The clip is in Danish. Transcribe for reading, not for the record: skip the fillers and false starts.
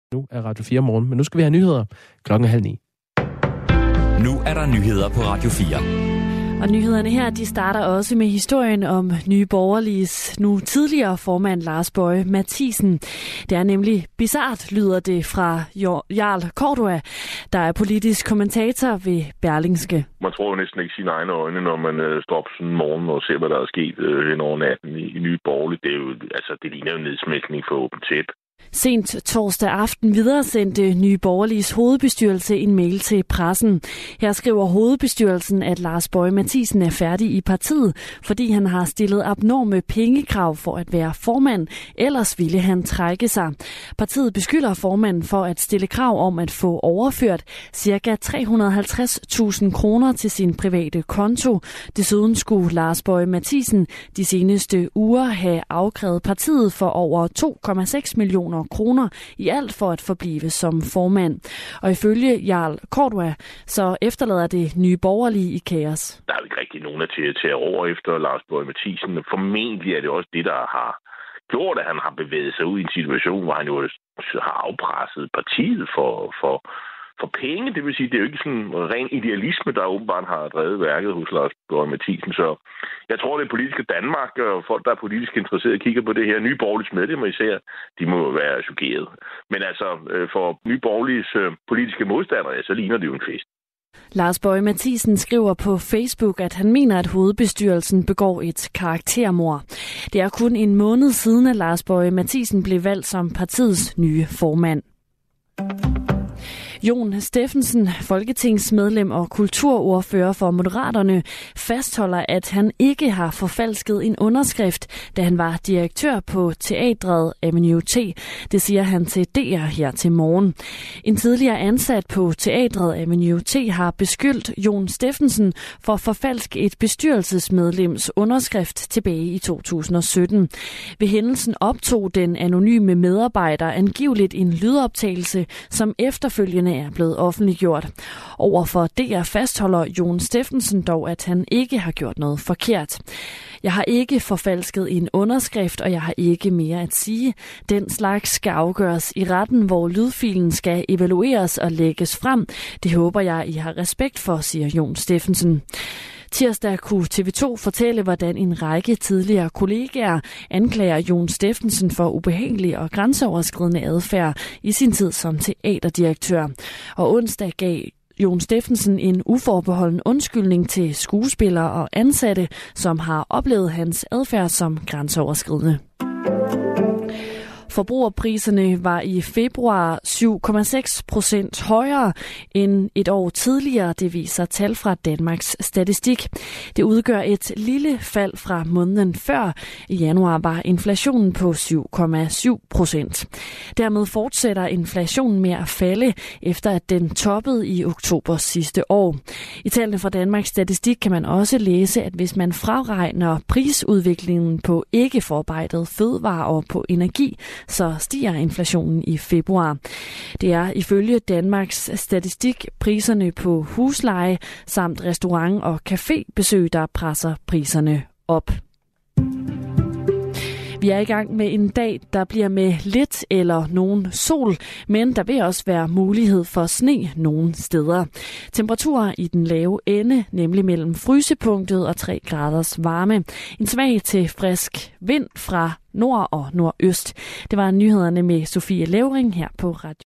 Nu er Radio 4 morgen, men nu skal vi have nyheder 8:30. Nu er der nyheder på Radio 4. Og nyhederne her, de starter også med historien om Nye Borgerliges nu tidligere formand Lars Boje Mathiesen. Det er nemlig bizart, lyder det fra Jarl Cordua, der er politisk kommentator ved Berlingske. Man tror jo næsten ikke sine egne øjne, når man står op sådan en morgen og ser, hvad der er sket hen over natten i Nye Borgerlige. Det er jo, det ligner jo nedsmækning for åbent tæt. Sent torsdag aften videresendte Nye Borgerliges hovedbestyrelse en mail til pressen. Her skriver hovedbestyrelsen, at Lars Boje Mathiesen er færdig i partiet, fordi han har stillet abnorme pengekrav for at være formand, ellers ville han trække sig. Partiet beskylder formanden for at stille krav om at få overført ca. 350.000 kroner til sin private konto. Desuden skulle Lars Boje Mathiesen de seneste uger have afkrævet partiet for over 2,6 millioner kroner i alt for at forblive som formand. Og ifølge Jarl Cordua, så efterlader det Nye Borgerlige i kaos. Der er jo ikke rigtig nogen til at tage over efter Lars Boje Mathiesen. Formentlig er det også det, der har gjort, at han har bevæget sig ud i en situation, hvor han jo har afpresset partiet for penge. Det vil sige, det er jo ikke sådan en ren idealisme, der åbenbart har drevet værket hos Lars Boje Mathiesen. Så jeg tror, det politiske Danmark og folk, der er politisk interesserede, kigger på det her. Nye Borgerliges medlemmer især, de må være chokeret. Men altså, for Nye Borgerliges politiske modstandere, så ligner det jo en fest. Lars Boje Mathiesen skriver på Facebook, at han mener, at hovedbestyrelsen begår et karaktermord. Det er kun en måned siden, at Lars Boje Mathiesen blev valgt som partiets nye formand. Jon Steffensen, folketingsmedlem og kulturordfører for Moderaterne, fastholder, at han ikke har forfalsket en underskrift, da han var direktør på teatret Avenue T. Det siger han til DR her til morgen. En tidligere ansat på teatret Avenue T har beskyldt Jon Steffensen for at forfalske et bestyrelsesmedlems underskrift tilbage i 2017. Ved hændelsen optog den anonyme medarbejder angiveligt en lydoptagelse, som efterfølgende er blevet offentliggjort. Overfor DR fastholder Jon Steffensen dog, at han ikke har gjort noget forkert. Jeg har ikke forfalsket en underskrift, og jeg har ikke mere at sige. Den slags skal afgøres i retten, hvor lydfilen skal evalueres og lægges frem. Det håber jeg, I har respekt for, siger Jon Steffensen. Tirsdag kunne TV2 fortælle, hvordan en række tidligere kollegaer anklager Jon Steffensen for ubehagelig og grænseoverskridende adfærd i sin tid som teaterdirektør. Og onsdag gav Jon Steffensen en uforbeholden undskyldning til skuespillere og ansatte, som har oplevet hans adfærd som grænseoverskridende. Forbrugerpriserne var i februar 7,6% højere end et år tidligere, det viser tal fra Danmarks Statistik. Det udgør et lille fald fra måneden før. I januar var inflationen på 7,7%. Dermed fortsætter inflationen med at falde, efter at den toppede i oktober sidste år. I tallene fra Danmarks Statistik kan man også læse, at hvis man fraregner prisudviklingen på ikke-forarbejdet fødevarer og på energi, så stiger inflationen i februar. Det er ifølge Danmarks Statistik priserne på husleje samt restaurant- og cafébesøg, der presser priserne op. Vi er i gang med en dag, der bliver med lidt eller nogen sol, men der vil også være mulighed for sne nogle steder. Temperaturer i den lave ende, nemlig mellem frysepunktet og 3 graders varme. En svag til frisk vind fra nord og nordøst. Det var nyhederne med Sofie Levering her på Radio.